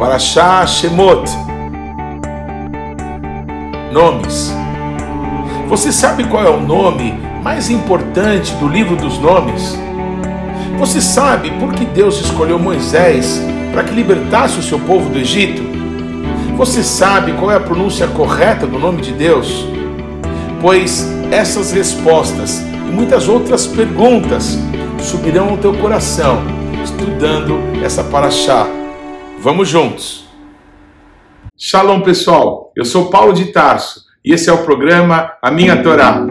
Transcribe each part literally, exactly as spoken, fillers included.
Parashá Shemot. Nomes. Você sabe qual é o nome mais importante do livro dos nomes? Você sabe por que Deus escolheu Moisés para que libertasse o seu povo do Egito? Você sabe qual é a pronúncia correta do nome de Deus? Pois essas respostas e muitas outras perguntas subirão ao teu coração estudando essa Parashá. Vamos juntos! Shalom, pessoal! Eu sou Paulo de Tarso e esse é o programa A Minha Torá.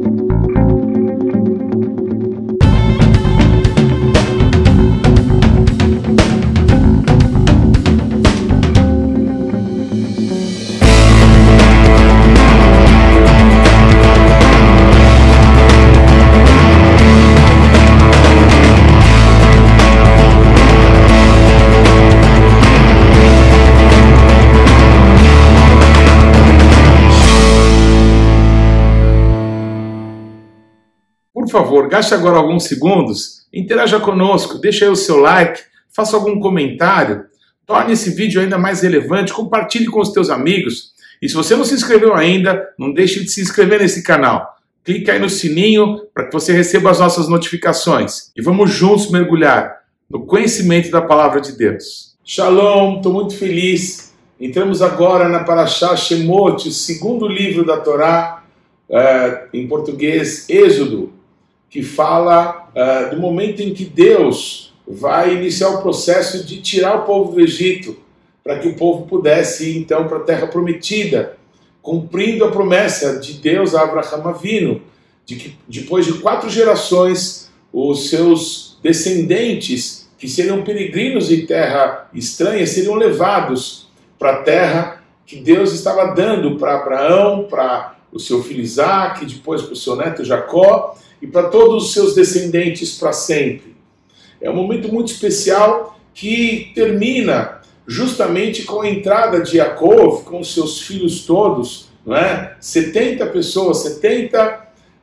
Por favor, gaste agora alguns segundos, interaja conosco, deixe aí o seu like, faça algum comentário, torne esse vídeo ainda mais relevante, compartilhe com os teus amigos. E se você não se inscreveu ainda, não deixe de se inscrever nesse canal. Clique aí no sininho para que você receba as nossas notificações. E vamos juntos mergulhar no conhecimento da Palavra de Deus. Shalom, estou muito feliz. Entramos agora na Parashá Shemot, o segundo livro da Torá, uh, em português, Êxodo, que fala uh, do momento em que Deus vai iniciar o processo de tirar o povo do Egito, para que o povo pudesse ir então para a Terra Prometida, cumprindo a promessa de Deus a Abraham Avinu, de que depois de quatro gerações, os seus descendentes, que seriam peregrinos em terra estranha, seriam levados para a terra que Deus estava dando para Abraão, para o seu filho Isaac, depois para o seu neto Jacó, e para todos os seus descendentes para sempre. É um momento muito especial que termina justamente com a entrada de Jacó, com os seus filhos todos, não é? setenta pessoas, setenta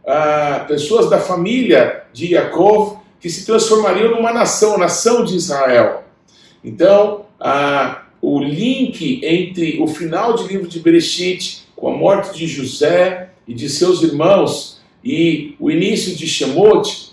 uh, pessoas da família de Jacó, que se transformariam numa nação, a nação de Israel. Então, uh, o link entre o final do livro de Bereshit, com a morte de José e de seus irmãos, e o início de Shemot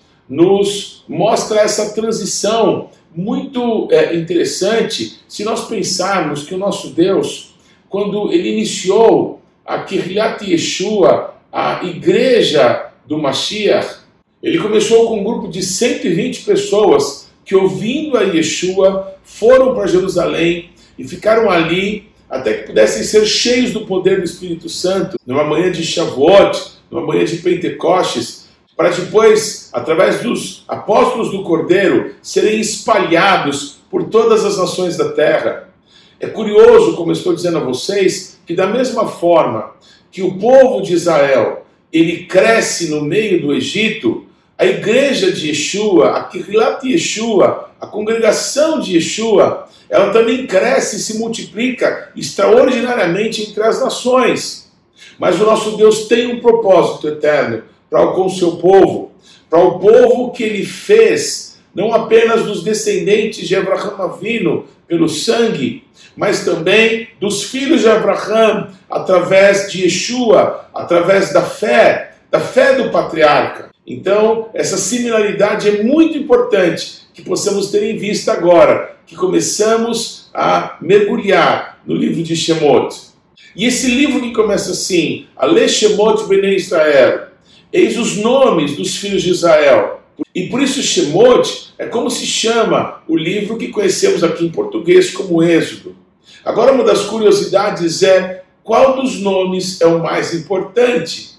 nos mostra essa transição muito é, interessante, se nós pensarmos que o nosso Deus, quando ele iniciou a Kiryat Yeshua, a igreja do Mashiach, ele começou com um grupo de cento e vinte pessoas que, ouvindo a Yeshua, foram para Jerusalém e ficaram ali até que pudessem ser cheios do poder do Espírito Santo, numa manhã de Shavuot, numa manhã de Pentecostes, para depois, através dos apóstolos do Cordeiro, serem espalhados por todas as nações da terra. É curioso, como eu estou dizendo a vocês, que da mesma forma que o povo de Israel, ele cresce no meio do Egito, a igreja de Yeshua, a Kiryat Yeshua, a congregação de Yeshua, ela também cresce e se multiplica extraordinariamente entre as nações. Mas o nosso Deus tem um propósito eterno para com o seu povo, para o povo que ele fez, não apenas dos descendentes de Abraham Avinu pelo sangue, mas também dos filhos de Abraham, através de Yeshua, através da fé, da fé do patriarca. Então, essa similaridade é muito importante que possamos ter em vista agora, que começamos a mergulhar no livro de Shemot. E esse livro que começa assim, Ale Shemot Bnei Israel, eis os nomes dos filhos de Israel. E por isso Shemot é como se chama o livro que conhecemos aqui em português como Êxodo. Agora, uma das curiosidades é qual dos nomes é o mais importante.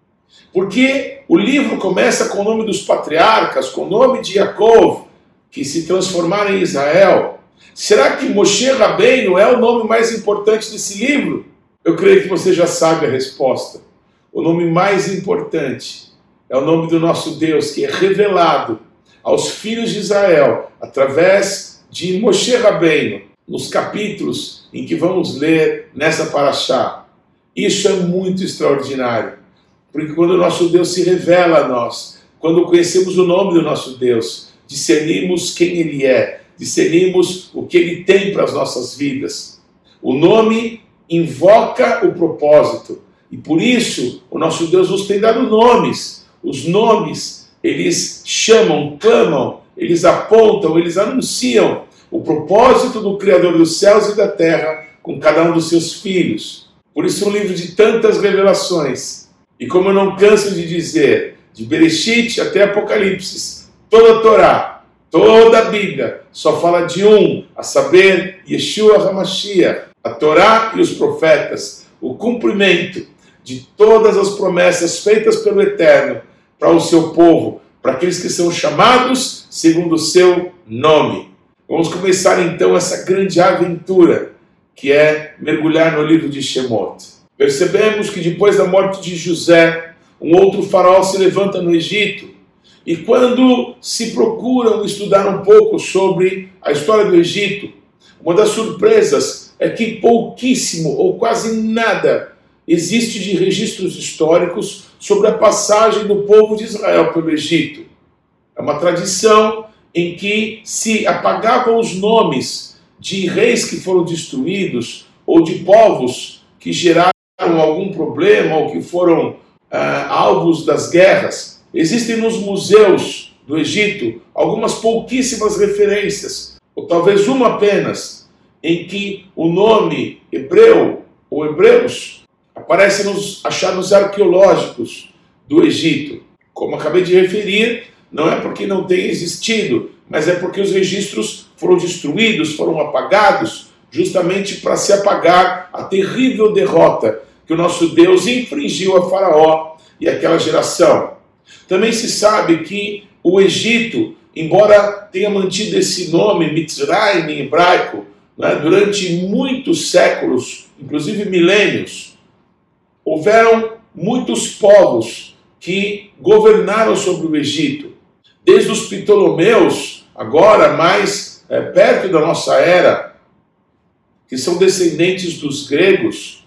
Porque o livro começa com o nome dos patriarcas, com o nome de Jacó, que se transformaram em Israel. Será que Moshe Rabbeinu é o nome mais importante desse livro? Eu creio que você já sabe a resposta. O nome mais importante é o nome do nosso Deus, que é revelado aos filhos de Israel, através de Moshe Rabbeinu, nos capítulos em que vamos ler nessa Parashá. Isso é muito extraordinário, porque quando o nosso Deus se revela a nós, quando conhecemos o nome do nosso Deus, discernimos quem Ele é, discernimos o que Ele tem para as nossas vidas. O nome invoca o propósito, e por isso o nosso Deus nos tem dado nomes. Os nomes, eles chamam, clamam, eles apontam, eles anunciam o propósito do Criador dos céus e da terra com cada um dos seus filhos. Por isso um livro de tantas revelações. E como eu não canso de dizer, de Bereshit até Apocalipse, toda a Torá, toda a Bíblia só fala de um, a saber, Yeshua HaMashiach, a Torá e os profetas, o cumprimento de todas as promessas feitas pelo Eterno para o seu povo, para aqueles que são chamados segundo o seu nome. Vamos começar então essa grande aventura, que é mergulhar no livro de Shemot. Percebemos que depois da morte de José, um outro faraó se levanta no Egito, e quando se procuram estudar um pouco sobre a história do Egito, uma das surpresas é que pouquíssimo ou quase nada existe de registros históricos sobre a passagem do povo de Israel pelo Egito. É uma tradição em que se apagavam os nomes de reis que foram destruídos ou de povos que geraram algum problema ou que foram ah, alvos das guerras. Existem nos museus do Egito algumas pouquíssimas referências, ou talvez uma apenas, em que o nome hebreu ou hebreus aparece nos achados arqueológicos do Egito. Como acabei de referir, não é porque não tenha existido, mas é porque os registros foram destruídos, foram apagados, justamente para se apagar a terrível derrota que o nosso Deus infligiu a Faraó e aquela geração. Também se sabe que o Egito, embora tenha mantido esse nome, Mitzrayim em hebraico, né, durante muitos séculos, inclusive milênios, houveram muitos povos que governaram sobre o Egito. Desde os Ptolomeus, agora mais é, perto da nossa era, que são descendentes dos gregos,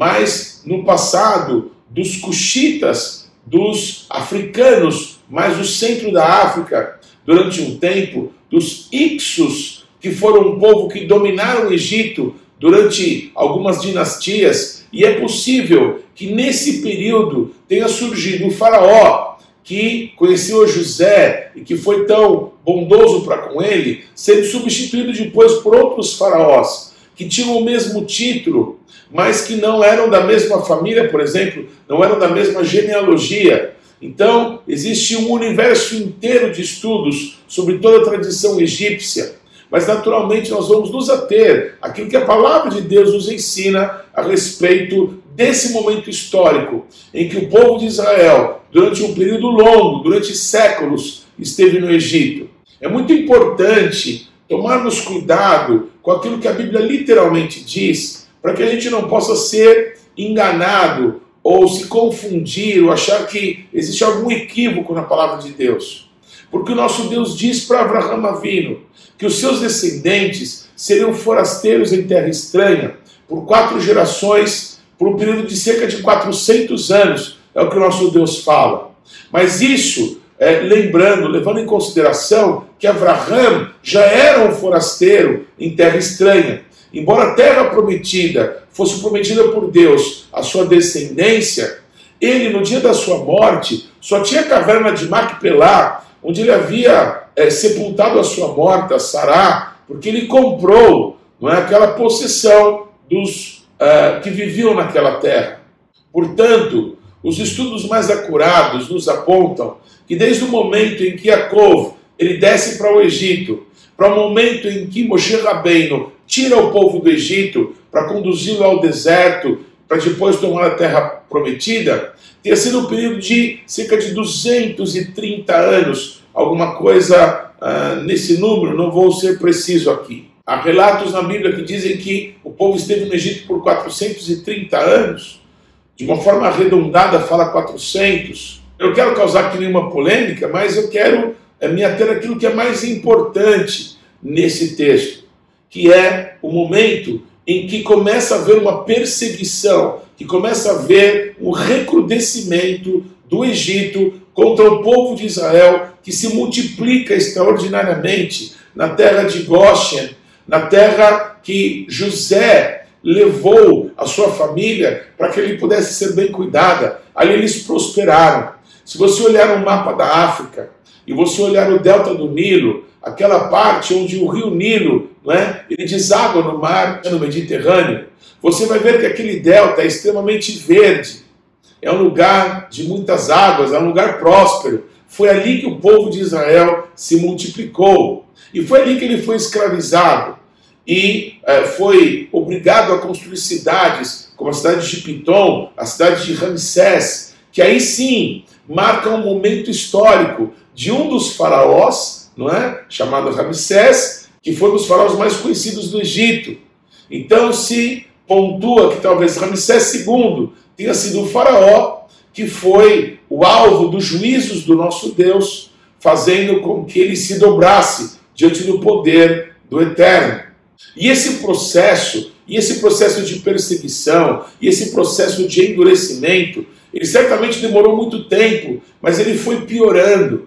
mas no passado dos cuxitas, dos africanos, mais o centro da África, durante um tempo, dos Ixos, que foram um povo que dominaram o Egito durante algumas dinastias, e é possível que nesse período tenha surgido o faraó, que conheceu José e que foi tão bondoso para com ele, sendo substituído depois por outros faraós, que tinham o mesmo título, mas que não eram da mesma família, por exemplo, não eram da mesma genealogia. Então, existe um universo inteiro de estudos sobre toda a tradição egípcia, mas naturalmente nós vamos nos ater àquilo que a palavra de Deus nos ensina a respeito desse momento histórico, em que o povo de Israel, durante um período longo, durante séculos, esteve no Egito. É muito importante tomarmos cuidado com aquilo que a Bíblia literalmente diz, para que a gente não possa ser enganado ou se confundir ou achar que existe algum equívoco na palavra de Deus. Porque o nosso Deus diz para Abraham Avino que os seus descendentes seriam forasteiros em terra estranha por quatro gerações, por um período de cerca de quatrocentos anos, é o que o nosso Deus fala. Mas isso, é, lembrando, levando em consideração que Abraham já era um forasteiro em terra estranha. Embora a terra prometida fosse prometida por Deus à sua descendência, ele, no dia da sua morte, só tinha a caverna de Macpelá, onde ele havia é, sepultado a sua morta, Sará, porque ele comprou, não é, aquela possessão dos uh, que viviam naquela terra. Portanto, os estudos mais acurados nos apontam que desde o momento em que Yaakov ele desce para o Egito, para o momento em que Moshe Rabbeinu tira o povo do Egito para conduzi-lo ao deserto, para depois tomar a terra prometida, tenha sido um período de cerca de duzentos e trinta anos, alguma coisa uh, nesse número, não vou ser preciso aqui. Há relatos na Bíblia que dizem que o povo esteve no Egito por quatrocentos e trinta anos, de uma forma arredondada fala quatrocentos. Eu não quero causar aqui nenhuma polêmica, mas eu quero uh, me ater àquilo que é mais importante nesse texto, que é o momento em que começa a haver uma perseguição, que começa a haver um recrudescimento do Egito contra o povo de Israel, que se multiplica extraordinariamente na terra de Goshen, na terra que José levou a sua família para que ele pudesse ser bem cuidada. Ali eles prosperaram. Se você olhar um mapa da África e você olhar o delta do Nilo, aquela parte onde o rio Nilo, não é, ele deságua no mar, no Mediterrâneo, você vai ver que aquele delta é extremamente verde. É um lugar de muitas águas, é um lugar próspero. Foi ali que o povo de Israel se multiplicou. E foi ali que ele foi escravizado. E eh, foi obrigado a construir cidades, como a cidade de Pitom, a cidade de Ramsés, que aí sim marca um momento histórico de um dos faraós, não é? Chamado Ramsés, que foi um dos faraós mais conhecidos do Egito. Então se pontua que talvez Ramsés segundo tenha sido o faraó que foi o alvo dos juízos do nosso Deus, fazendo com que ele se dobrasse diante do poder do Eterno. E esse processo, e esse processo de perseguição, e esse processo de endurecimento, ele certamente demorou muito tempo, mas ele foi piorando.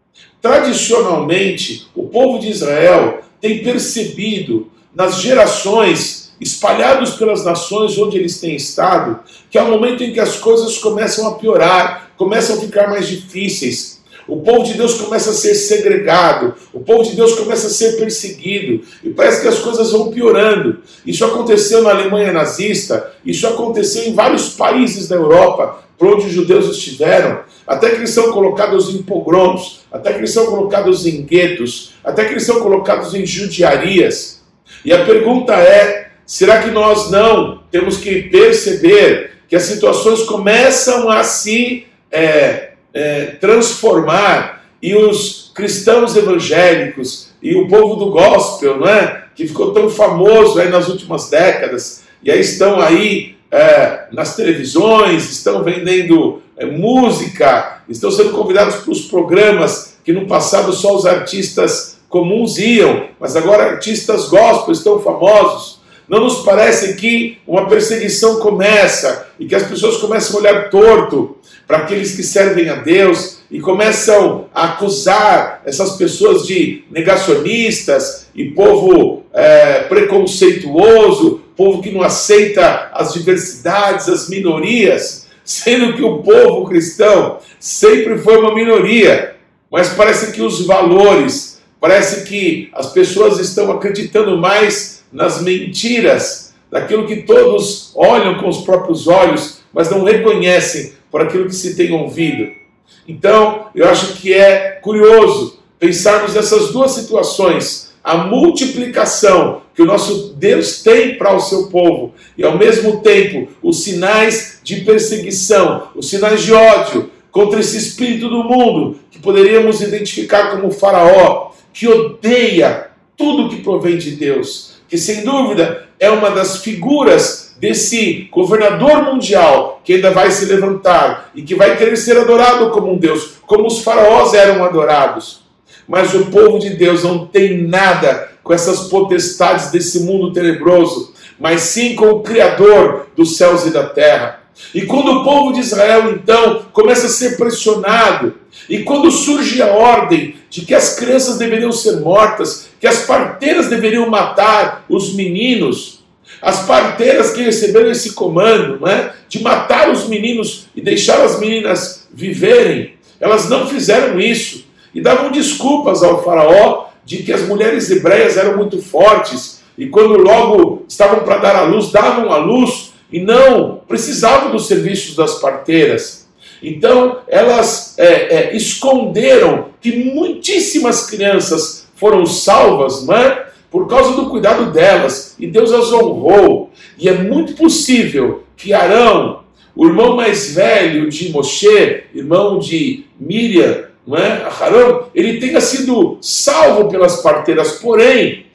Tradicionalmente, o povo de Israel tem percebido nas gerações, espalhados pelas nações onde eles têm estado, que é o momento em que as coisas começam a piorar, começam a ficar mais difíceis. O povo de Deus começa a ser segregado, o povo de Deus começa a ser perseguido, e parece que as coisas vão piorando. Isso aconteceu na Alemanha nazista, isso aconteceu em vários países da Europa, por onde os judeus estiveram, até que eles são colocados em pogroms, até que eles são colocados em guetos, até que eles são colocados em judiarias. E a pergunta é, será que nós não temos que perceber que as situações começam a se é, é, transformar e os cristãos evangélicos e o povo do gospel, não é? Que ficou tão famoso aí nas últimas décadas, e aí estão aí é, nas televisões, estão vendendo é, música, estão sendo convidados para os programas que no passado só os artistas comuns iam, mas agora artistas gospel estão famosos. Não nos parece que uma perseguição começa e que as pessoas começam a olhar torto para aqueles que servem a Deus e começam a acusar essas pessoas de negacionistas e povo é, preconceituoso, povo que não aceita as diversidades, as minorias, sendo que o povo cristão sempre foi uma minoria. Mas parece que os valores, parece que as pessoas estão acreditando mais nas mentiras, daquilo que todos olham com os próprios olhos, mas não reconhecem por aquilo que se tem ouvido. Então, eu acho que é curioso pensarmos nessas duas situações, a multiplicação que o nosso Deus tem para o seu povo, e ao mesmo tempo os sinais de perseguição, os sinais de ódio contra esse espírito do mundo, que poderíamos identificar como Faraó, que odeia tudo que provém de Deus, que sem dúvida é uma das figuras desse governador mundial que ainda vai se levantar e que vai querer ser adorado como um Deus, como os faraós eram adorados. Mas o povo de Deus não tem nada com essas potestades desse mundo tenebroso, mas sim com o Criador dos céus e da terra. E quando o povo de Israel, então, começa a ser pressionado, e quando surge a ordem de que as crianças deveriam ser mortas, que as parteiras deveriam matar os meninos, as parteiras que receberam esse comando, não é, de matar os meninos e deixar as meninas viverem, elas não fizeram isso, e davam desculpas ao faraó de que as mulheres hebreias eram muito fortes, e quando logo estavam para dar à luz, davam à luz, e não precisavam dos serviços das parteiras. Então elas é, é, esconderam que muitíssimas crianças foram salvas, não é? Por causa do cuidado delas, e Deus as honrou. E é muito possível que Arão, o irmão mais velho de Moshe, irmão de Miriam, não é? Arão, ele tenha sido salvo pelas parteiras. Porém,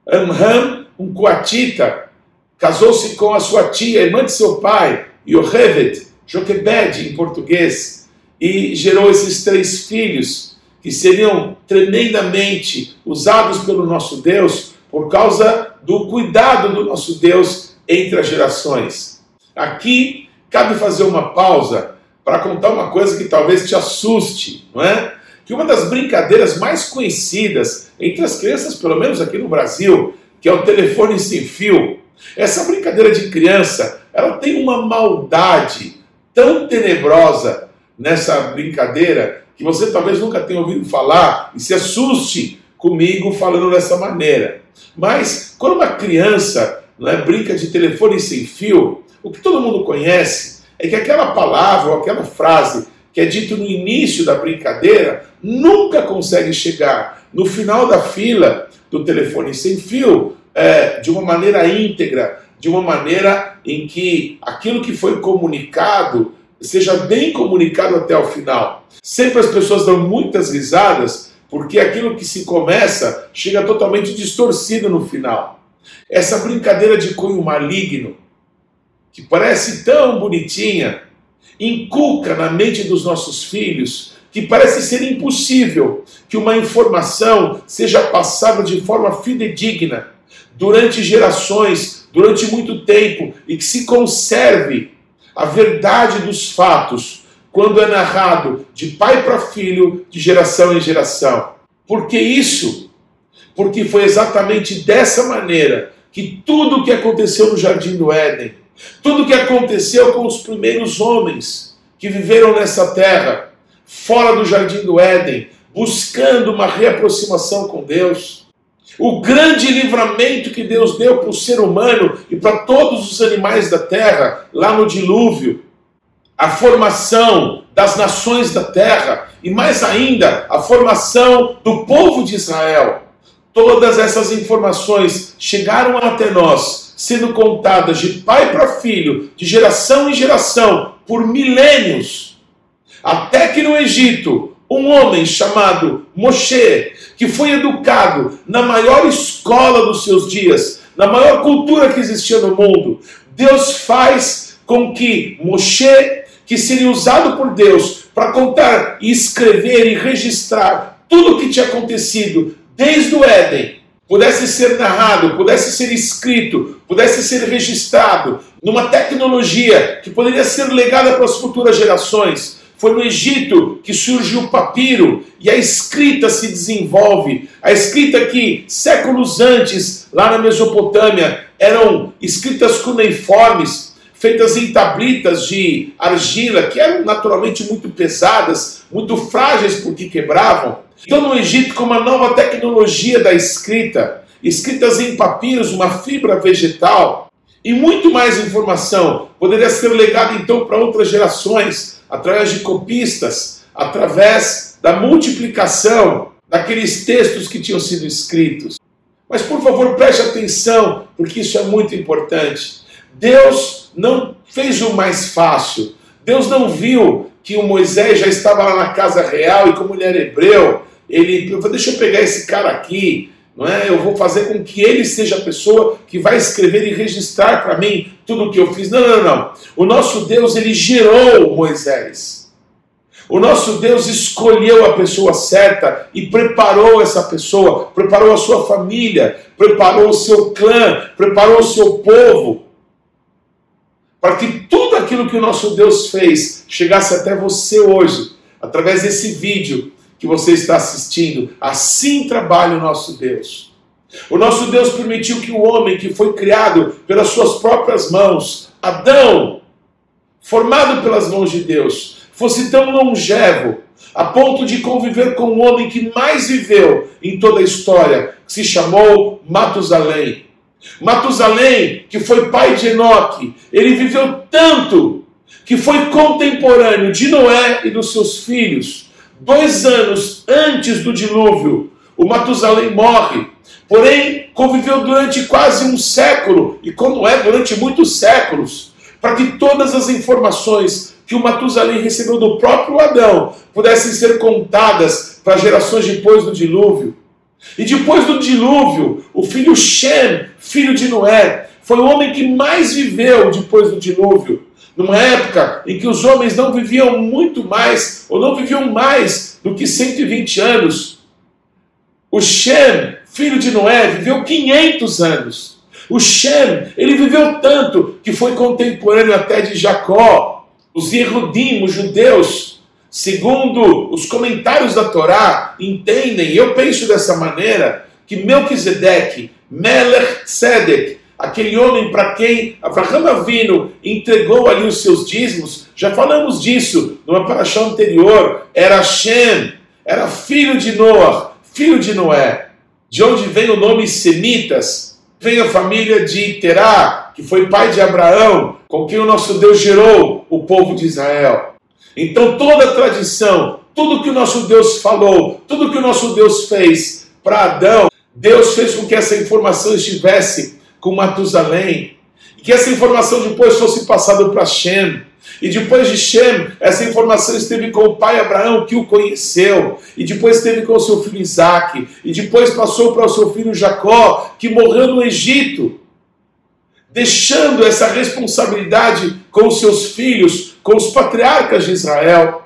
Amram, um coatita, casou-se com a sua tia, irmã de seu pai, Yocheved, Joquebed em português, e gerou esses três filhos, que seriam tremendamente usados pelo nosso Deus, por causa do cuidado do nosso Deus entre as gerações. Aqui, cabe fazer uma pausa, para contar uma coisa que talvez te assuste, não é? que uma das brincadeiras mais conhecidas entre as crianças, pelo menos aqui no Brasil, que é o telefone sem fio, essa brincadeira de criança, ela tem uma maldade tão tenebrosa nessa brincadeira que você talvez nunca tenha ouvido falar e se assuste comigo falando dessa maneira. Mas quando uma criança, não é, brinca de telefone sem fio, o que todo mundo conhece é que aquela palavra ou aquela frase que é dito no início da brincadeira nunca consegue chegar no final da fila do telefone sem fio é, de uma maneira íntegra, de uma maneira em que aquilo que foi comunicado seja bem comunicado até o final. Sempre as pessoas dão muitas risadas porque aquilo que se começa chega totalmente distorcido no final. Essa brincadeira de cunho maligno, que parece tão bonitinha, inculca na mente dos nossos filhos que parece ser impossível que uma informação seja passada de forma fidedigna durante gerações, durante muito tempo, e que se conserve a verdade dos fatos quando é narrado de pai para filho, de geração em geração. Por que isso? Porque foi exatamente dessa maneira que tudo o que aconteceu no Jardim do Éden, tudo o que aconteceu com os primeiros homens que viveram nessa terra, fora do Jardim do Éden, buscando uma reaproximação com Deus, o grande livramento que Deus deu para o ser humano e para todos os animais da terra, lá no dilúvio, a formação das nações da terra e mais ainda a formação do povo de Israel. Todas essas informações chegaram até nós, sendo contadas de pai para filho, de geração em geração, por milênios, até que no Egito, um homem chamado Moshe, que foi educado na maior escola dos seus dias, na maior cultura que existia no mundo, Deus faz com que Moshe, que seria usado por Deus para contar e escrever e registrar tudo o que tinha acontecido desde o Éden, pudesse ser narrado, pudesse ser escrito, pudesse ser registrado numa tecnologia que poderia ser legada para as futuras gerações. Foi no Egito que surge o papiro e a escrita se desenvolve. A escrita que séculos antes, lá na Mesopotâmia, eram escritas cuneiformes, feitas em tablitas de argila, que eram naturalmente muito pesadas, muito frágeis porque quebravam. Então no Egito, com uma nova tecnologia da escrita, escritas em papiros, uma fibra vegetal, e muito mais informação poderia ser legada então para outras gerações, através de copistas, através da multiplicação daqueles textos que tinham sido escritos. Mas por favor preste atenção, porque isso é muito importante. Deus não fez o mais fácil. Deus não viu que o Moisés já estava lá na casa real e como ele era hebreu, ele falou, deixa eu pegar esse cara aqui, não é? Eu vou fazer com que ele seja a pessoa que vai escrever e registrar para mim tudo o que eu fiz. Não, não, não. O nosso Deus, ele gerou Moisés. O nosso Deus escolheu a pessoa certa e preparou essa pessoa, preparou a sua família, preparou o seu clã, preparou o seu povo, para que tudo aquilo que o nosso Deus fez chegasse até você hoje, através desse vídeo que você está assistindo. Assim trabalha o nosso Deus. O nosso Deus permitiu que o homem que foi criado pelas suas próprias mãos, Adão, formado pelas mãos de Deus, fosse tão longevo, a ponto de conviver com o homem que mais viveu em toda a história, que se chamou Matusalém. Matusalém, que foi pai de Enoque, ele viveu tanto que foi contemporâneo de Noé e dos seus filhos. Dois anos antes do dilúvio, o Matusalém morre, porém conviveu durante quase um século, e com Noé durante muitos séculos, para que todas as informações que o Matusalém recebeu do próprio Adão pudessem ser contadas para gerações depois do dilúvio. E depois do dilúvio, o filho Shem, filho de Noé, foi o homem que mais viveu depois do dilúvio. Numa época em que os homens não viviam muito mais, ou não viviam mais do que cento e vinte anos. O Shem, filho de Noé, viveu quinhentos anos. O Shem, ele viveu tanto que foi contemporâneo até de Jacó. Os Yehudim, os judeus, segundo os comentários da Torá, entendem, eu penso dessa maneira, que Melquisedeque, Melech Tzedek, aquele homem para quem Avraham Avinu entregou ali os seus dízimos, já falamos disso numa paraxá anterior, era Shem, era filho de Noah, filho de Noé, de onde vem o nome Semitas, vem a família de Terá, que foi pai de Abraão, com quem o nosso Deus gerou o povo de Israel. Então toda a tradição, tudo que o nosso Deus falou, tudo que o nosso Deus fez para Adão, Deus fez com que essa informação estivesse com Matusalém, e que essa informação depois fosse passada para Shem, e depois de Shem, essa informação esteve com o pai Abraão, que o conheceu, e depois esteve com o seu filho Isaac, e depois passou para o seu filho Jacó, que morreu no Egito, deixando essa responsabilidade com os seus filhos, com os patriarcas de Israel.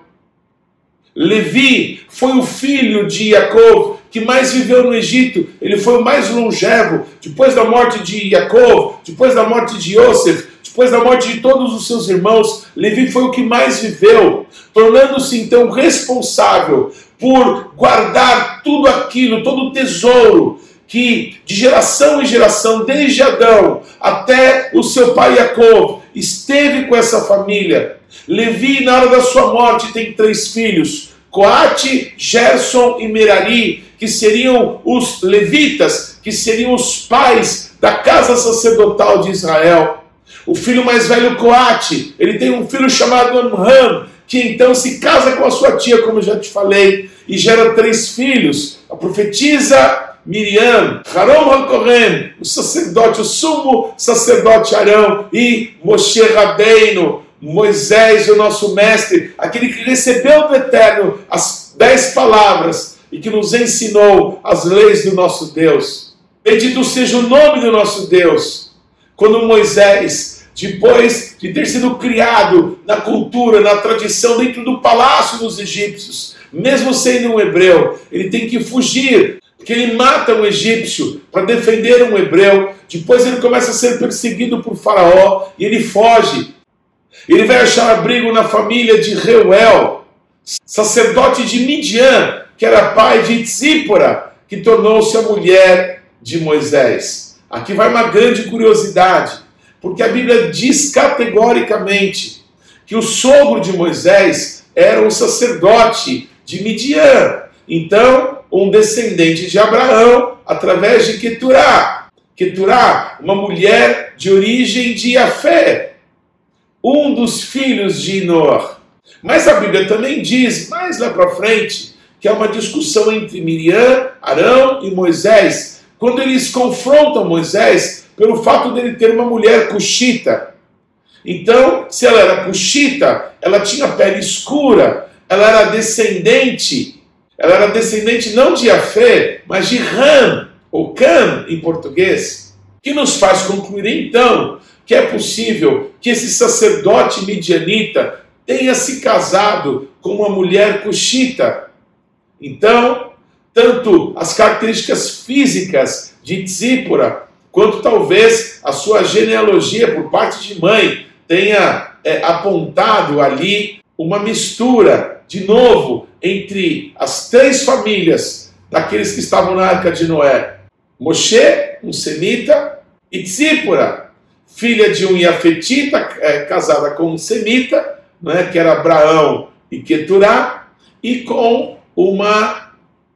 Levi foi o filho de Jacó que mais viveu no Egito, ele foi o mais longevo, depois da morte de Jacó, depois da morte de Yosef, depois da morte de todos os seus irmãos, Levi foi o que mais viveu, tornando-se então responsável por guardar tudo aquilo, todo o tesouro, que de geração em geração, desde Adão até o seu pai Jacó, esteve com essa família. Levi, na hora da sua morte, tem três filhos, Coate, Gerson e Merari, que seriam os levitas, que seriam os pais da casa sacerdotal de Israel. O filho mais velho, Coate, ele tem um filho chamado Amram, que então se casa com a sua tia, como eu já te falei, e gera três filhos, a profetisa Miriam, Haron HaKohen, o sacerdote, o sumo sacerdote Arão, e Moshe Rabbeinu, Moisés, o nosso mestre, aquele que recebeu do Eterno as dez palavras e que nos ensinou as leis do nosso Deus. Bendito seja o nome do nosso Deus. Quando Moisés, depois de ter sido criado na cultura, na tradição, dentro do palácio dos egípcios, mesmo sendo um hebreu, ele tem que fugir, porque ele mata um egípcio para defender um hebreu. Depois ele começa a ser perseguido por Faraó e ele foge. Ele vai achar abrigo na família de Reuel, sacerdote de Midian, que era pai de Tzípora, que tornou-se a mulher de Moisés. Aqui vai uma grande curiosidade, porque a Bíblia diz categoricamente que o sogro de Moisés era um sacerdote de Midian. Então, um descendente de Abraão, através de Queturá. Queturá, uma mulher de origem de Jafé, um dos filhos de Noé. Mas a Bíblia também diz, mais lá para frente, que há uma discussão entre Miriam, Arão e Moisés, quando eles confrontam Moisés pelo fato dele ter uma mulher cuxita. Então, se ela era cuxita, ela tinha pele escura, ela era descendente, ela era descendente não de Jafé, mas de Ram, ou Cam em português, que nos faz concluir então que é possível que esse sacerdote midianita tenha se casado com uma mulher cuxita. Então, tanto as características físicas de Tzípora, quanto talvez a sua genealogia por parte de mãe tenha é, apontado ali uma mistura, de novo, entre as três famílias daqueles que estavam na Arca de Noé. Moshe, um semita, e Tzípora, filha de um iafetita, é, casada com um semita, né, que era Abraão e Queturá, e com uma,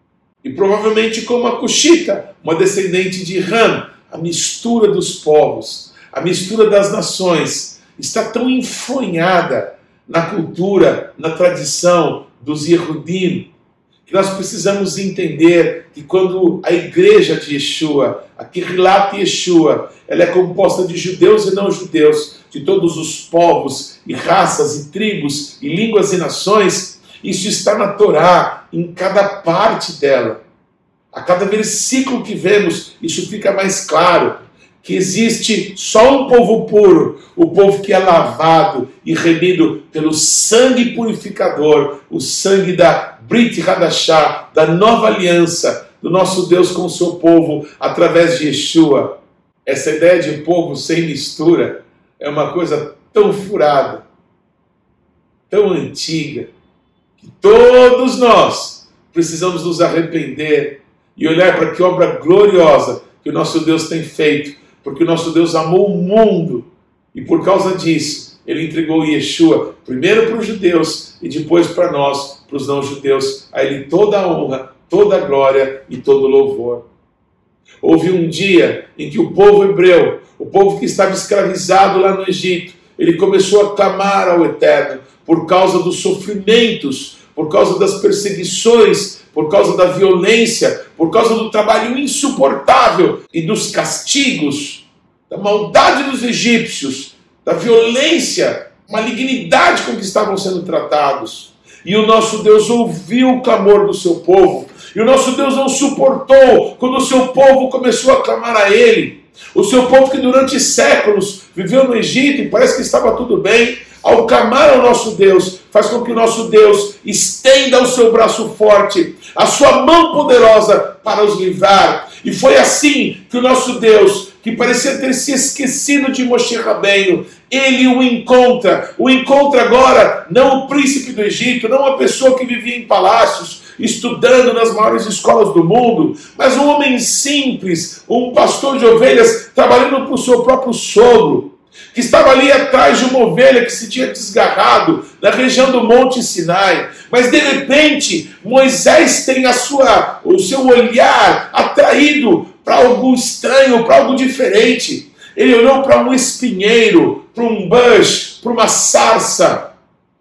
e provavelmente com uma cuxita, uma descendente de Ram. A mistura dos povos, a mistura das nações, está tão enfonhada na cultura, na tradição dos Yehudim, que nós precisamos entender que quando a igreja de Yeshua, a Kehilat Yeshua, ela é composta de judeus e não judeus, de todos os povos e raças e tribos e línguas e nações, isso está na Torá, em cada parte dela. A cada versículo que vemos, isso fica mais claro, que existe só um povo puro, o povo que é lavado e remido pelo sangue purificador, o sangue da Brit Hadashah, da nova aliança do nosso Deus com o seu povo, através de Yeshua. Essa ideia de povo sem mistura é uma coisa tão furada, tão antiga, que todos nós precisamos nos arrepender e olhar para que obra gloriosa que o nosso Deus tem feito, porque o nosso Deus amou o mundo e por causa disso Ele entregou Yeshua primeiro para os judeus e depois para nós, para os não-judeus. A Ele toda a honra, toda a glória e todo o louvor. Houve um dia em que o povo hebreu, o povo que estava escravizado lá no Egito, ele começou a clamar ao Eterno por causa dos sofrimentos, por causa das perseguições, por causa da violência, por causa do trabalho insuportável e dos castigos, da maldade dos egípcios, da violência, malignidade com que estavam sendo tratados. E o nosso Deus ouviu o clamor do seu povo. E o nosso Deus não suportou quando o seu povo começou a clamar a Ele. O seu povo que durante séculos viveu no Egito e parece que estava tudo bem, ao clamar ao nosso Deus, faz com que o nosso Deus estenda o seu braço forte, a sua mão poderosa para os livrar. E foi assim que o nosso Deus, que parecia ter se esquecido de Moshe Rabbeinu, ele o encontra, o encontra agora, não o príncipe do Egito, não a pessoa que vivia em palácios, estudando nas maiores escolas do mundo, mas um homem simples, um pastor de ovelhas, trabalhando para o seu próprio sogro, que estava ali atrás de uma ovelha que se tinha desgarrado na região do Monte Sinai. Mas de repente, Moisés tem a sua, o seu olhar atraído para algo estranho, para algo diferente. Ele olhou para um espinheiro, para um bush, para uma sarça,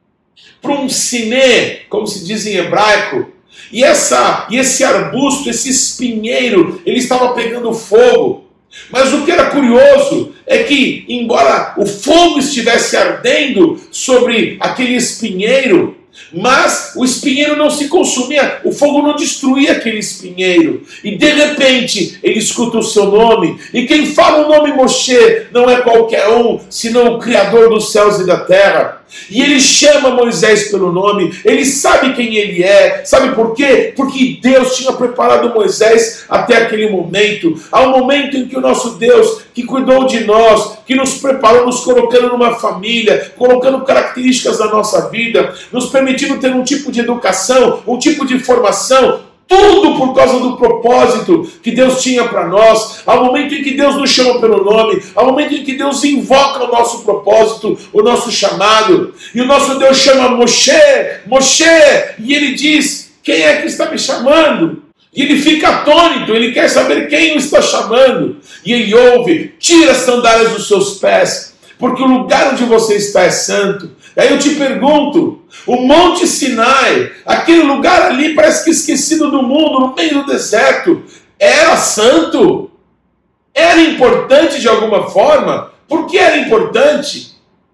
para um siné, como se diz em hebraico. E, essa, e esse arbusto, esse espinheiro, ele estava pegando fogo. Mas o que era curioso é que, embora o fogo estivesse ardendo sobre aquele espinheiro, mas o espinheiro não se consumia, o fogo não destruía aquele espinheiro. E de repente ele escuta o seu nome, e quem fala o nome Moshe não é qualquer um, senão o Criador dos céus e da terra. E ele chama Moisés pelo nome, ele sabe quem ele é. Sabe por quê? Porque Deus tinha preparado Moisés até aquele momento. Há um momento em que o nosso Deus, que cuidou de nós, que nos preparou, nos colocando numa família, colocando características da nossa vida, nos permitindo ter um tipo de educação, um tipo de formação, tudo por causa do propósito que Deus tinha para nós. Há um momento em que Deus nos chama pelo nome, há um momento em que Deus invoca o nosso propósito, o nosso chamado. E o nosso Deus chama Moshe, Moshe, e ele diz: quem é que está me chamando? E ele fica atônito, ele quer saber quem o está chamando. E ele ouve: tira as sandálias dos seus pés, porque o lugar onde você está é santo. E aí eu te pergunto, o Monte Sinai, aquele lugar ali parece que esquecido do mundo, no meio do deserto, era santo? Era importante de alguma forma? Por que era importante?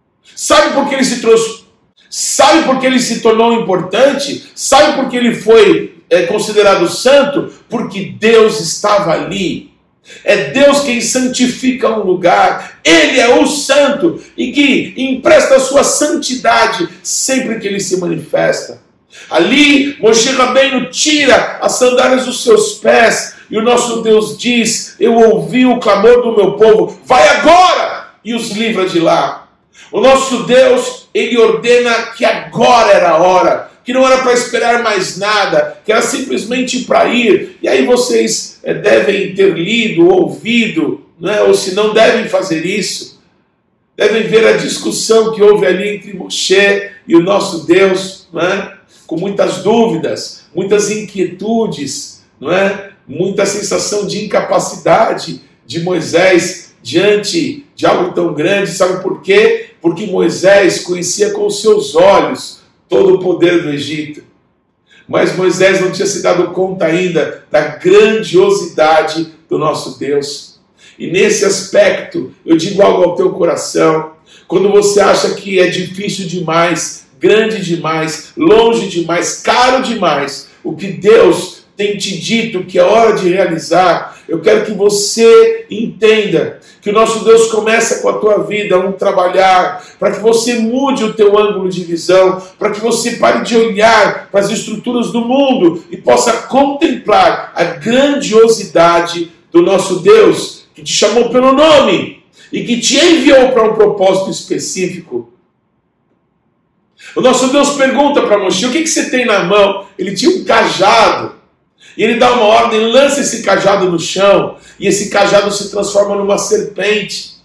Sabe por que ele se trouxe? Sabe por que ele se tornou importante? Sabe por que ele foi é, considerado santo? Porque Deus estava ali. É Deus quem santifica um lugar. Ele é o santo e que empresta a sua santidade sempre que ele se manifesta. Ali, Moshe Rabbeinu tira as sandálias dos seus pés e o nosso Deus diz: eu ouvi o clamor do meu povo, vai agora e os livra de lá. O nosso Deus, ele ordena que agora era a hora, que não era para esperar mais nada, que era simplesmente para ir. E aí vocês é, devem ter lido, ouvido, né? Ou se não devem fazer isso, devem ver a discussão que houve ali entre Moshe e o nosso Deus, né? Com muitas dúvidas, muitas inquietudes, não é? Muita sensação de incapacidade de Moisés diante de algo tão grande. Sabe por quê? Porque Moisés conhecia com os seus olhos todo o poder do Egito. Mas Moisés não tinha se dado conta ainda da grandiosidade do nosso Deus. E nesse aspecto, eu digo algo ao teu coração. Quando você acha que é difícil demais, grande demais, longe demais, caro demais, o que Deus tem te dito que é hora de realizar, eu quero que você entenda que o nosso Deus começa com a tua vida um trabalhar, para que você mude o teu ângulo de visão, para que você pare de olhar para as estruturas do mundo e possa contemplar a grandiosidade do nosso Deus, que te chamou pelo nome e que te enviou para um propósito específico. O nosso Deus pergunta para Moshe, o que, que você tem na mão? Ele tinha um cajado. E ele dá uma ordem, lança esse cajado no chão. E esse cajado se transforma numa serpente.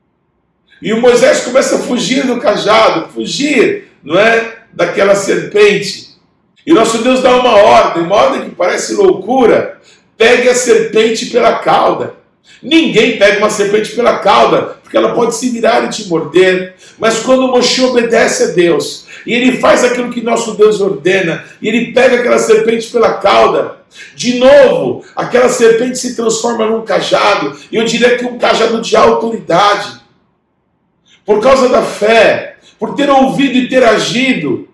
E o Moisés começa a fugir do cajado, fugir, não é, daquela serpente. E nosso Deus dá uma ordem, uma ordem que parece loucura. Pegue a serpente pela cauda. Ninguém pega uma serpente pela cauda, porque ela pode se virar e te morder. Mas quando Moshe obedece a Deus, e ele faz aquilo que nosso Deus ordena, e ele pega aquela serpente pela cauda, de novo, aquela serpente se transforma num cajado, e eu diria que um cajado de autoridade. Por causa da fé, por ter ouvido e ter agido,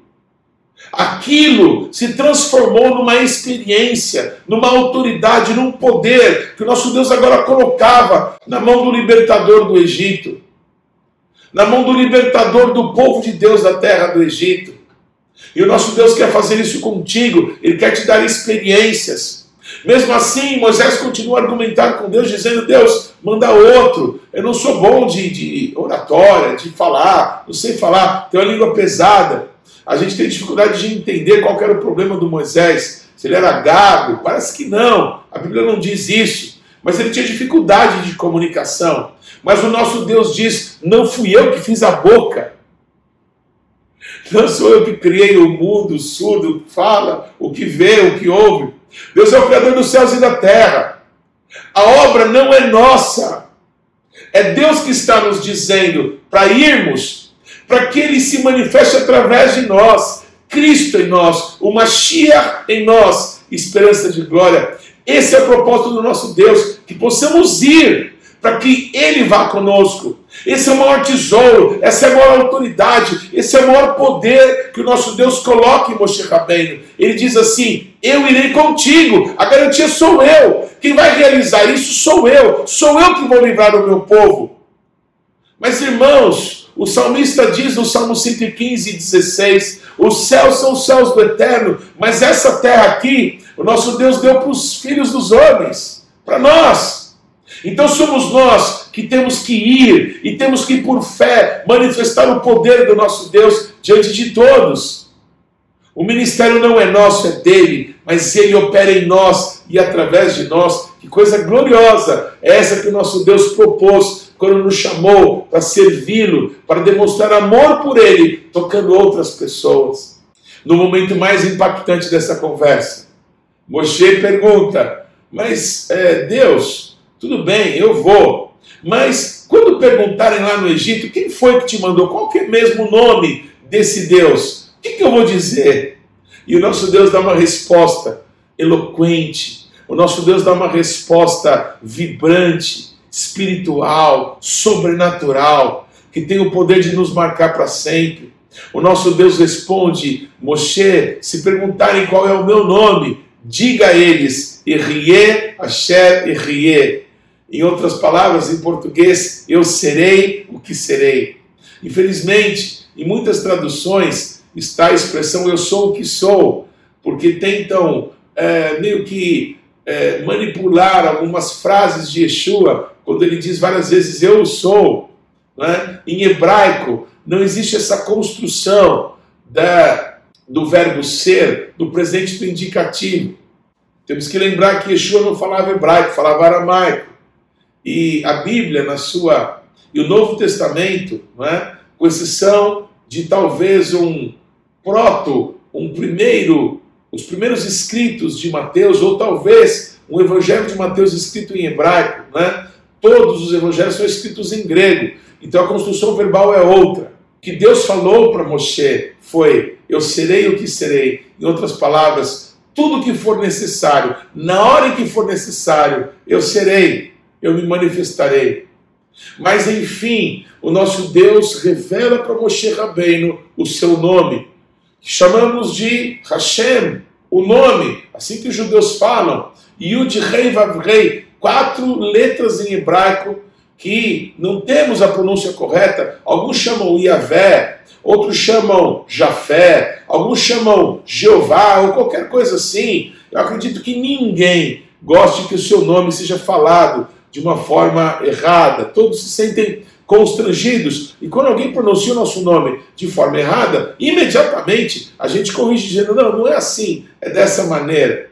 aquilo se transformou numa experiência, numa autoridade, num poder que o nosso Deus agora colocava na mão do libertador do Egito, na mão do libertador do povo de Deus da terra do Egito. E o nosso Deus quer fazer isso contigo, Ele quer te dar experiências. Mesmo assim, Moisés continua a argumentar com Deus, dizendo, Deus, manda outro, eu não sou bom de, de oratória, de falar, não sei falar, tenho a língua pesada. A gente tem dificuldade de entender qual era o problema do Moisés, se ele era gago, parece que não, a Bíblia não diz isso, mas ele tinha dificuldade de comunicação. Mas o nosso Deus diz, não fui eu que fiz a boca, não sou eu que criei o mundo, o surdo, o que fala, o que vê, o que ouve. Deus é o Criador dos céus e da terra. A obra não é nossa, é Deus que está nos dizendo para irmos, para que Ele se manifeste através de nós, Cristo em nós, o Mashiach em nós, esperança de glória. Esse é o propósito do nosso Deus, que possamos ir, para que Ele vá conosco. Esse é o maior tesouro, essa é a maior autoridade, esse é o maior poder que o nosso Deus coloca em Moshe Rabbeinu. Ele diz assim, eu irei contigo, a garantia sou eu, quem vai realizar isso sou eu, sou eu que vou livrar o meu povo. Mas irmãos, o salmista diz no Salmo cento e quinze, dezesseis, os céus são os céus do eterno, mas essa terra aqui, o nosso Deus deu para os filhos dos homens, para nós. Então somos nós que temos que ir e temos que, por fé, manifestar o poder do nosso Deus diante de todos. O ministério não é nosso, é dele, mas ele opera em nós e através de nós. Que coisa gloriosa é essa que o nosso Deus propôs quando nos chamou para servi-lo, para demonstrar amor por ele, tocando outras pessoas. No momento mais impactante dessa conversa, Moshe pergunta, mas é, Deus... Tudo bem, eu vou. Mas quando perguntarem lá no Egito, quem foi que te mandou? Qual que é mesmo o nome desse Deus? O que, que eu vou dizer? E o nosso Deus dá uma resposta eloquente. O nosso Deus dá uma resposta vibrante, espiritual, sobrenatural, que tem o poder de nos marcar para sempre. O nosso Deus responde, Moshe, se perguntarem qual é o meu nome, diga a eles, Ehyeh Asher Ehyeh. Em outras palavras, em português, eu serei o que serei. Infelizmente, em muitas traduções está a expressão eu sou o que sou, porque tentam é, meio que é, manipular algumas frases de Yeshua, quando ele diz várias vezes eu sou. Né? Em hebraico, não existe essa construção da, do verbo ser, do presente do indicativo. Temos que lembrar que Yeshua não falava hebraico, falava aramaico. E a Bíblia, na sua, e o Novo Testamento, não é? Com exceção de talvez um proto, um primeiro, os primeiros escritos de Mateus, ou talvez um evangelho de Mateus escrito em hebraico, não é? Todos os evangelhos são escritos em grego, então a construção verbal é outra. O que Deus falou para Moshe foi, eu serei o que serei. Em outras palavras, tudo o que for necessário, na hora em que for necessário, eu serei. Eu me manifestarei. Mas enfim, o nosso Deus revela para Moshe Rabbeinu o seu nome, que chamamos de Hashem, o nome, assim que os judeus falam, Yud Rei Vav Rei, quatro letras em hebraico que não temos a pronúncia correta. Alguns chamam Yavé, outros chamam Jafé, alguns chamam Jeová ou qualquer coisa assim. Eu acredito que ninguém goste que o seu nome seja falado de uma forma errada. Todos se sentem constrangidos, e quando alguém pronuncia o nosso nome de forma errada, imediatamente a gente corrige dizendo, não, não é assim, é dessa maneira.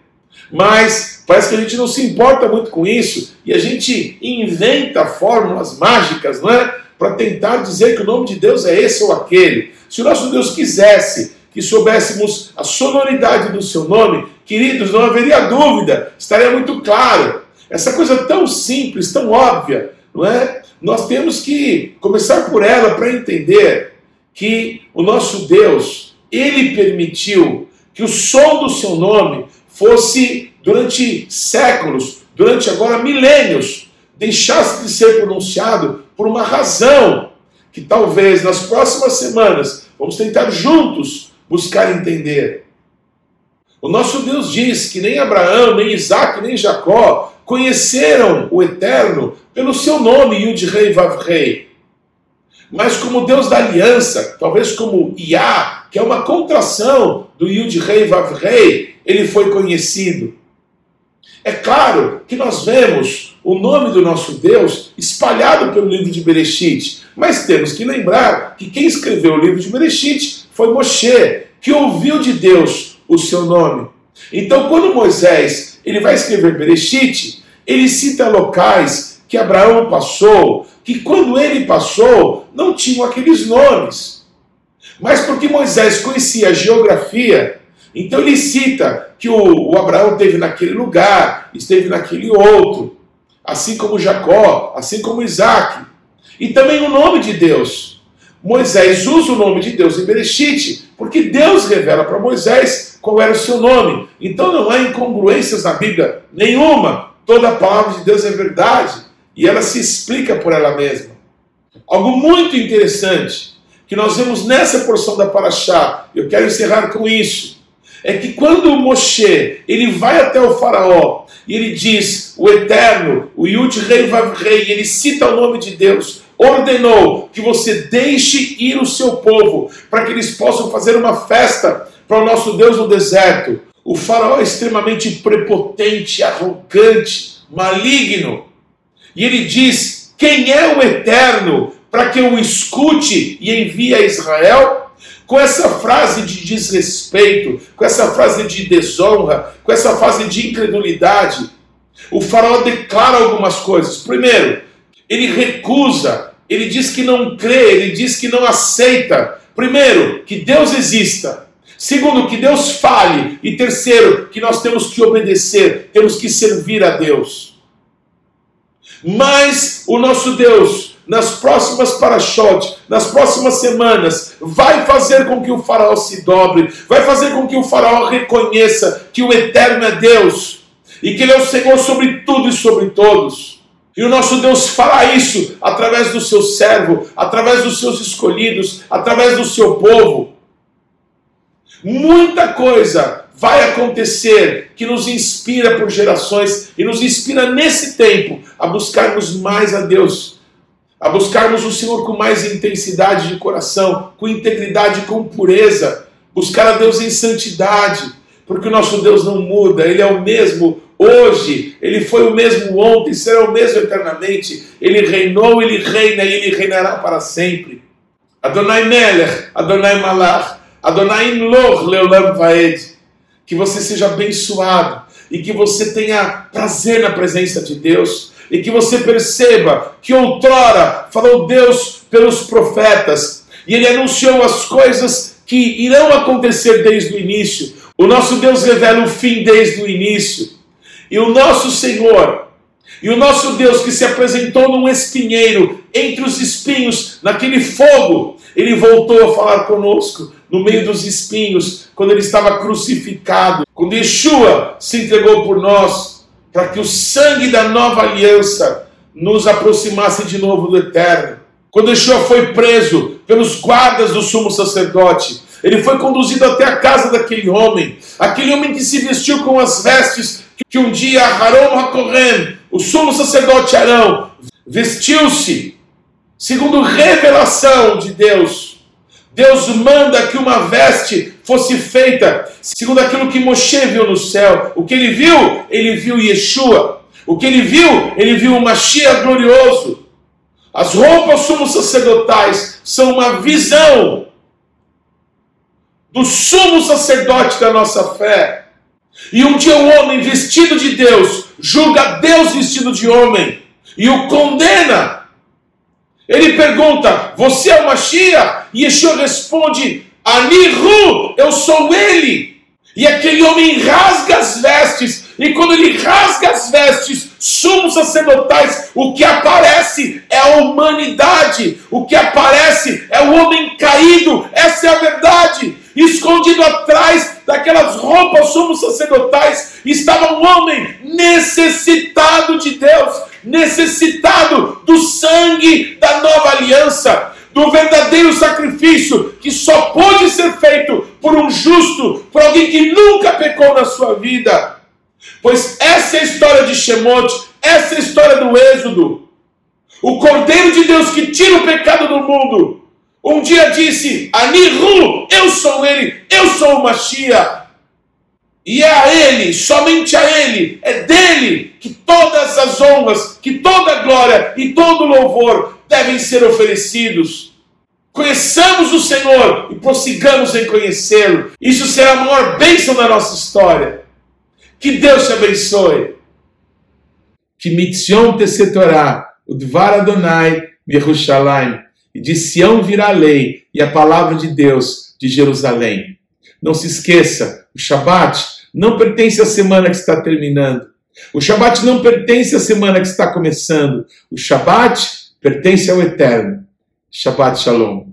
Mas parece que a gente não se importa muito com isso, e a gente inventa fórmulas mágicas, não é? Para tentar dizer que o nome de Deus é esse ou aquele. Se o nosso Deus quisesse que soubéssemos a sonoridade do seu nome, queridos, não haveria dúvida, estaria muito claro. Essa coisa tão simples, tão óbvia, não é? Nós temos que começar por ela para entender que o nosso Deus, Ele permitiu que o som do seu nome fosse, durante séculos, durante agora milênios, deixasse de ser pronunciado por uma razão que talvez nas próximas semanas vamos tentar juntos buscar entender. O nosso Deus diz que nem Abraão, nem Isaac, nem Jacó conheceram o Eterno pelo seu nome, Yud-Rei Vav-Rei. Mas como Deus da aliança, talvez como Iá, que é uma contração do Yud-Rei Vav-Rei, ele foi conhecido. É claro que nós vemos o nome do nosso Deus espalhado pelo livro de Bereshit, mas temos que lembrar que quem escreveu o livro de Bereshit foi Moshe, que ouviu de Deus o seu nome. Então, quando Moisés ele vai escrever Bereshit, ele cita locais que Abraão passou, que quando ele passou, não tinham aqueles nomes. Mas porque Moisés conhecia a geografia, então ele cita que o, o Abraão esteve naquele lugar, esteve naquele outro, assim como Jacó, assim como Isaac. E também o nome de Deus. Moisés usa o nome de Deus em Bereshit, porque Deus revela para Moisés qual era o seu nome. Então não há incongruências na Bíblia nenhuma. Toda a palavra de Deus é verdade e ela se explica por ela mesma. Algo muito interessante que nós vemos nessa porção da Parashá, eu quero encerrar com isso, é que quando Moshe ele vai até o faraó e ele diz, o Eterno, o Yud-Rei Vav-Rei, ele cita o nome de Deus, ordenou que você deixe ir o seu povo, para que eles possam fazer uma festa para o nosso Deus no deserto. O faraó é extremamente prepotente, arrogante, maligno. E ele diz, quem é o Eterno para que eu o escute e envie a Israel? Com essa frase de desrespeito, com essa frase de desonra, com essa frase de incredulidade, o faraó declara algumas coisas. Primeiro, ele recusa, ele diz que não crê, ele diz que não aceita. Primeiro, que Deus exista. Segundo, que Deus fale. E terceiro, que nós temos que obedecer, temos que servir a Deus. Mas o nosso Deus, nas próximas parashot, nas próximas semanas, vai fazer com que o faraó se dobre, vai fazer com que o faraó reconheça que o Eterno é Deus, e que Ele é o Senhor sobre tudo e sobre todos. E o nosso Deus fará isso através do seu servo, através dos seus escolhidos, através do seu povo. Muita coisa vai acontecer que nos inspira por gerações e nos inspira nesse tempo a buscarmos mais a Deus, a buscarmos o Senhor com mais intensidade de coração, com integridade, com pureza, buscar a Deus em santidade, porque o nosso Deus não muda, Ele é o mesmo hoje, Ele foi o mesmo ontem, será o mesmo eternamente, Ele reinou, Ele reina e Ele reinará para sempre. Adonai Melech, Adonai Malach, Adonai Imloch Leolam Vaed. Que você seja abençoado e que você tenha prazer na presença de Deus e que você perceba que outrora falou Deus pelos profetas e Ele anunciou as coisas que irão acontecer desde o início. O nosso Deus revela o fim desde o início. E o nosso Senhor, e o nosso Deus que se apresentou num espinheiro, entre os espinhos, naquele fogo, Ele voltou a falar conosco no meio dos espinhos, quando Ele estava crucificado, quando Yeshua se entregou por nós, para que o sangue da nova aliança nos aproximasse de novo do Eterno. Quando Yeshua foi preso pelos guardas do sumo sacerdote, Ele foi conduzido até a casa daquele homem, aquele homem que se vestiu com as vestes que um dia Aharon HaKohen, o sumo sacerdote Arão, vestiu-se, segundo revelação de Deus. Deus manda que uma veste fosse feita, segundo aquilo que Moshe viu no céu. O que ele viu? Ele viu Yeshua. O que ele viu? Ele viu o Mashiach glorioso. As roupas sumos sacerdotais são uma visão do sumo sacerdote da nossa fé. E um dia o homem vestido de Deus julga Deus vestido de homem e o condena. Ele pergunta: você é o Mashiach? E Yeshua responde: Anihu, eu sou ele. E aquele homem rasga as vestes, e quando ele rasga as vestes sumos sacerdotais, o que aparece é a humanidade, o que aparece é o homem caído. Essa é a verdade. Escondido atrás daquelas roupas sumos sacerdotais estava um homem necessitado de Deus, necessitado do sangue da nova aliança, do verdadeiro sacrifício que só pode ser feito por um justo, por alguém que nunca pecou na sua vida. Pois essa é a história de Shemot, essa é a história do Êxodo. O Cordeiro de Deus que tira o pecado do mundo, um dia disse: Anihu, eu sou ele, eu sou o Mashiach. E é a ele, somente a ele, é dele que todas as honras, que toda a glória e todo o louvor devem ser oferecidos. Conheçamos o Senhor e prossigamos em conhecê-lo. Isso será a maior bênção da nossa história. Que Deus te abençoe. Que mitzion tesetorá, o Dvar Adonai, Yerushalayim. E de Sião virá a lei e a palavra de Deus de Jerusalém. Não se esqueça, o Shabat não pertence à semana que está terminando. O Shabat não pertence à semana que está começando. O Shabat pertence ao Eterno. Shabbat Shalom.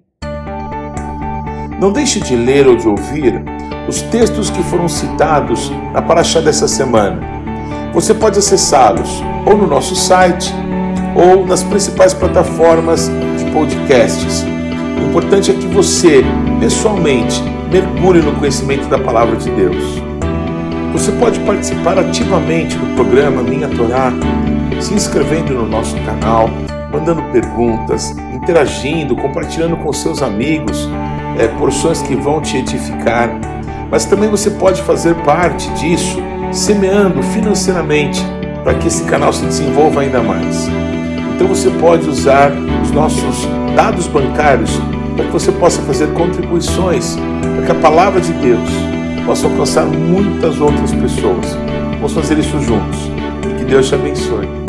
Não deixe de ler ou de ouvir os textos que foram citados na Parashá dessa semana. Você pode acessá-los ou no nosso site ou nas principais plataformas de podcasts. O importante é que você, pessoalmente, mergulhe no conhecimento da Palavra de Deus. Você pode participar ativamente do programa Minha Torá, se inscrevendo no nosso canal, mandando perguntas, interagindo, compartilhando com seus amigos é, porções que vão te edificar. Mas também você pode fazer parte disso, semeando financeiramente, para que esse canal se desenvolva ainda mais. Então você pode usar os nossos dados bancários para que você possa fazer contribuições, para que a Palavra de Deus possa alcançar muitas outras pessoas. Vamos fazer isso juntos. Que Deus te abençoe.